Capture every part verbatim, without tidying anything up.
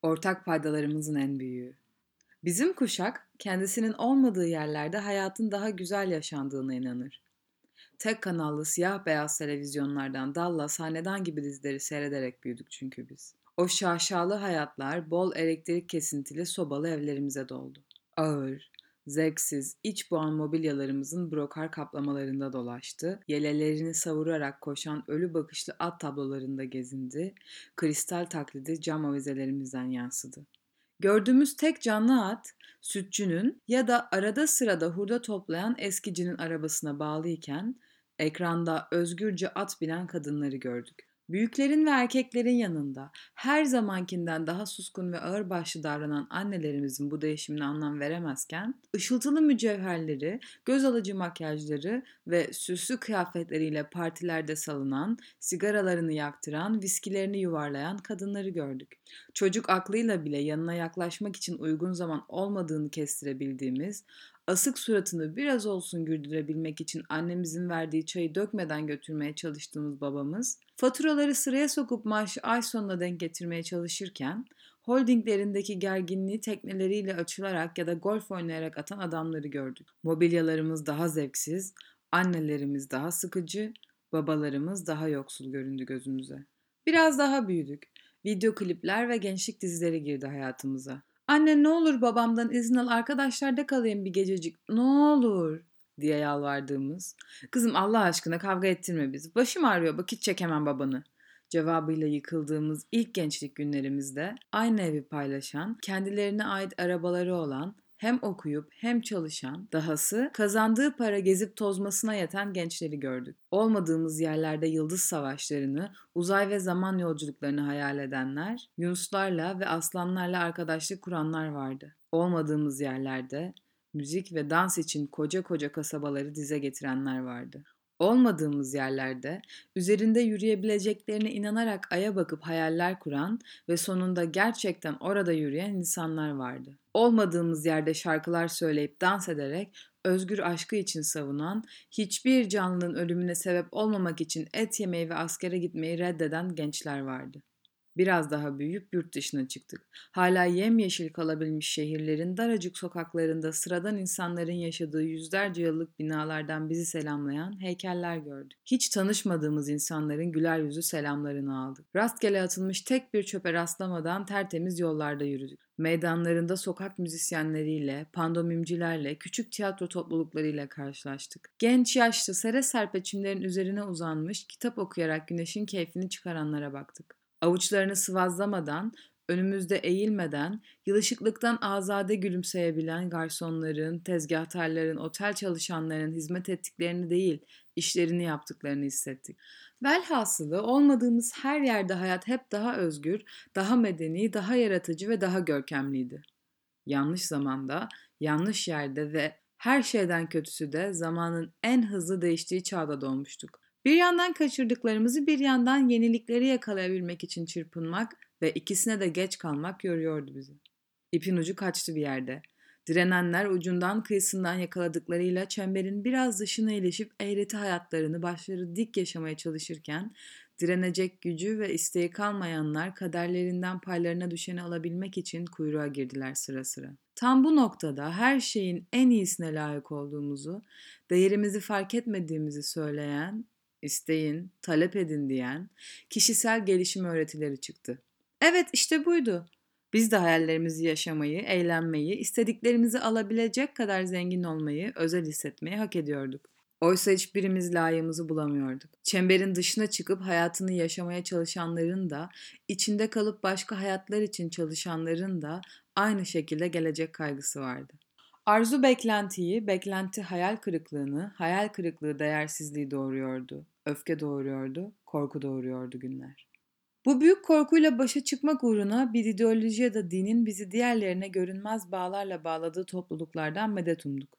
Ortak paydalarımızın en büyüğü. Bizim kuşak kendisinin olmadığı yerlerde hayatın daha güzel yaşandığına inanır. Tek kanallı siyah beyaz televizyonlardan Dallas, Hanedan gibi dizileri seyrederek büyüdük çünkü biz. O şaşalı hayatlar bol elektrik kesintili sobalı evlerimize doldu. Ağır, zevksiz, iç boğan mobilyalarımızın brokar kaplamalarında dolaştı, yelelerini savurarak koşan ölü bakışlı at tablolarında gezindi, kristal taklidi cam avizelerimizden yansıdı. Gördüğümüz tek canlı at, sütçünün ya da arada sırada hurda toplayan eskicinin arabasına bağlıyken, ekranda özgürce at binen kadınları gördük. Büyüklerin ve erkeklerin yanında her zamankinden daha suskun ve ağırbaşlı davranan annelerimizin bu değişimine anlam veremezken, ışıltılı mücevherleri, göz alıcı makyajları ve süslü kıyafetleriyle partilerde salınan, sigaralarını yaktıran, viskilerini yuvarlayan kadınları gördük. Çocuk aklıyla bile yanına yaklaşmak için uygun zaman olmadığını kestirebildiğimiz, asık suratını biraz olsun güldürebilmek için annemizin verdiği çayı dökmeden götürmeye çalıştığımız babamız, faturaları sıraya sokup maaşı ay sonuna denk getirmeye çalışırken, holdinglerindeki gerginliği tekneleriyle açılarak ya da golf oynayarak atan adamları gördük. Mobilyalarımız daha zevksiz, annelerimiz daha sıkıcı, babalarımız daha yoksul göründü gözümüze. Biraz daha büyüdük. Video klipler ve gençlik dizileri girdi hayatımıza. Anne ne olur babamdan izin al arkadaşlarda kalayım bir gececik ne olur diye yalvardığımız. Kızım Allah aşkına kavga ettirme bizi. Başım ağrıyor bak hiç çekemem babanı. Cevabıyla yıkıldığımız ilk gençlik günlerimizde aynı evi paylaşan, kendilerine ait arabaları olan, hem okuyup hem çalışan, dahası kazandığı para gezip tozmasına yeten gençleri gördük. Olmadığımız yerlerde yıldız savaşlarını, uzay ve zaman yolculuklarını hayal edenler, yunuslarla ve aslanlarla arkadaşlık kuranlar vardı. Olmadığımız yerlerde müzik ve dans için koca koca kasabaları dize getirenler vardı. Olmadığımız yerlerde üzerinde yürüyebileceklerine inanarak aya bakıp hayaller kuran ve sonunda gerçekten orada yürüyen insanlar vardı. Olmadığımız yerde şarkılar söyleyip dans ederek özgür aşkı için savunan, hiçbir canlının ölümüne sebep olmamak için et yemeyi ve askere gitmeyi reddeden gençler vardı. Biraz daha büyüyüp yurt dışına çıktık. Hala yemyeşil kalabilmiş şehirlerin daracık sokaklarında sıradan insanların yaşadığı yüzlerce yıllık binalardan bizi selamlayan heykeller gördük. Hiç tanışmadığımız insanların güler yüzü selamlarını aldık. Rastgele atılmış tek bir çöpe rastlamadan tertemiz yollarda yürüdük. Meydanlarında sokak müzisyenleriyle, pandomimcilerle, küçük tiyatro topluluklarıyla karşılaştık. Genç yaşlı sere serpe çimlerin üzerine uzanmış, kitap okuyarak güneşin keyfini çıkaranlara baktık. Avuçlarını sıvazlamadan, önümüzde eğilmeden, yılışıklıktan azade gülümseyebilen garsonların, tezgahtarların, otel çalışanlarının hizmet ettiklerini değil, işlerini yaptıklarını hissettik. Velhasılı olmadığımız her yerde hayat hep daha özgür, daha medeni, daha yaratıcı ve daha görkemliydi. Yanlış zamanda, yanlış yerde ve her şeyden kötüsü de zamanın en hızlı değiştiği çağda doğmuştuk. Bir yandan kaçırdıklarımızı bir yandan yenilikleri yakalayabilmek için çırpınmak ve ikisine de geç kalmak yoruyordu bizi. İpin ucu kaçtı bir yerde. Direnenler ucundan kıyısından yakaladıklarıyla çemberin biraz dışına ilişip eğreti hayatlarını başları dik yaşamaya çalışırken direnecek gücü ve isteği kalmayanlar kaderlerinden paylarına düşeni alabilmek için kuyruğa girdiler sıra sıra. Tam bu noktada her şeyin en iyisine layık olduğumuzu, değerimizi fark etmediğimizi söyleyen, isteyin, talep edin diyen kişisel gelişim öğretileri çıktı. Evet işte buydu. Biz de hayallerimizi yaşamayı, eğlenmeyi, istediklerimizi alabilecek kadar zengin olmayı, özel hissetmeyi hak ediyorduk. Oysa hiçbirimiz layığımızı bulamıyorduk. Çemberin dışına çıkıp hayatını yaşamaya çalışanların da, içinde kalıp başka hayatlar için çalışanların da aynı şekilde gelecek kaygısı vardı. Arzu beklentiyi, beklenti hayal kırıklığını, hayal kırıklığı değersizliği doğuruyordu. Öfke doğuruyordu, korku doğuruyordu günler. Bu büyük korkuyla başa çıkmak uğruna bir ideoloji ya da dinin bizi diğerlerine görünmez bağlarla bağladığı topluluklardan medet umduk.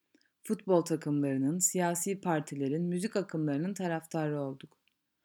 Futbol takımlarının, siyasi partilerin, müzik akımlarının taraftarı olduk.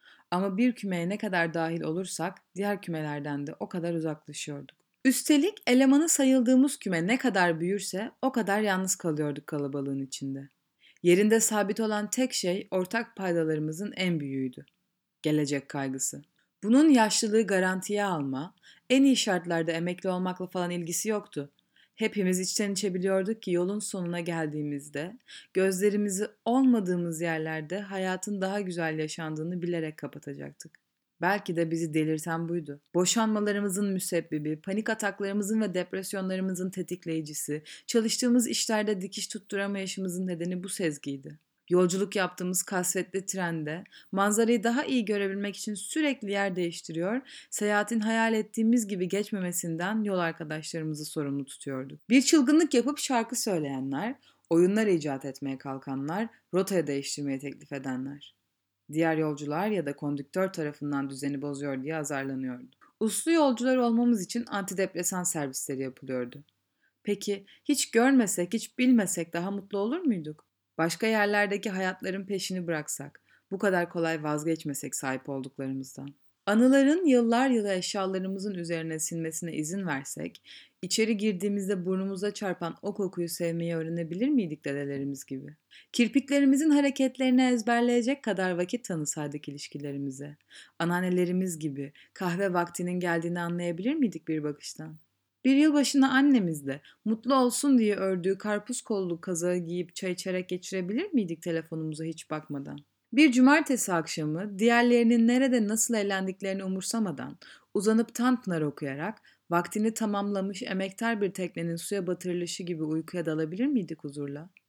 Ama bir kümeye ne kadar dahil olursak diğer kümelerden de o kadar uzaklaşıyorduk. Üstelik elemanı sayıldığımız küme ne kadar büyürse o kadar yalnız kalıyorduk kalabalığın içinde. Yerinde sabit olan tek şey ortak paydalarımızın en büyüğüydü. Gelecek kaygısı. Bunun yaşlılığı garantiye alma, En iyi şartlarda emekli olmakla falan ilgisi yoktu. Hepimiz içten içe biliyorduk ki yolun sonuna geldiğimizde, gözlerimizi olmadığımız yerlerde hayatın daha güzel yaşandığını bilerek kapatacaktık. Belki de bizi delirten buydu. Boşanmalarımızın müsebbibi, panik ataklarımızın ve depresyonlarımızın tetikleyicisi, çalıştığımız işlerde dikiş tutturamayışımızın nedeni bu sezgiydi. Yolculuk yaptığımız kasvetli trende, manzarayı daha iyi görebilmek için sürekli yer değiştiriyor, seyahatin hayal ettiğimiz gibi geçmemesinden yol arkadaşlarımızı sorumlu tutuyorduk. Bir çılgınlık yapıp şarkı söyleyenler, oyunlar icat etmeye kalkanlar, rotayı değiştirmeye teklif edenler. Diğer yolcular ya da kondüktör tarafından düzeni bozuyor diye azarlanıyordu. Uslu yolcular olmamız için antidepresan servisleri yapılıyordu. Peki hiç görmesek, hiç bilmesek daha mutlu olur muyduk? Başka yerlerdeki hayatların peşini bıraksak, bu kadar kolay vazgeçmesek sahip olduklarımızdan. Anıların yıllar yılı eşyalarımızın üzerine sinmesine izin versek, içeri girdiğimizde burnumuza çarpan o kokuyu sevmeyi öğrenebilir miydik dedelerimiz gibi? Kirpiklerimizin hareketlerini ezberleyecek kadar vakit tanısaydık ilişkilerimize, anneannelerimiz gibi kahve vaktinin geldiğini anlayabilir miydik bir bakıştan? Bir yılbaşını annemizle mutlu olsun diye ördüğü karpuz kollu kazağı giyip çay içerek geçirebilir miydik telefonumuza hiç bakmadan? Bir cumartesi akşamı diğerlerinin nerede nasıl eğlendiklerini umursamadan uzanıp Tanpınar okuyarak vaktini tamamlamış emektar bir teknenin suya batırılışı gibi uykuya dalabilir miydik huzurla?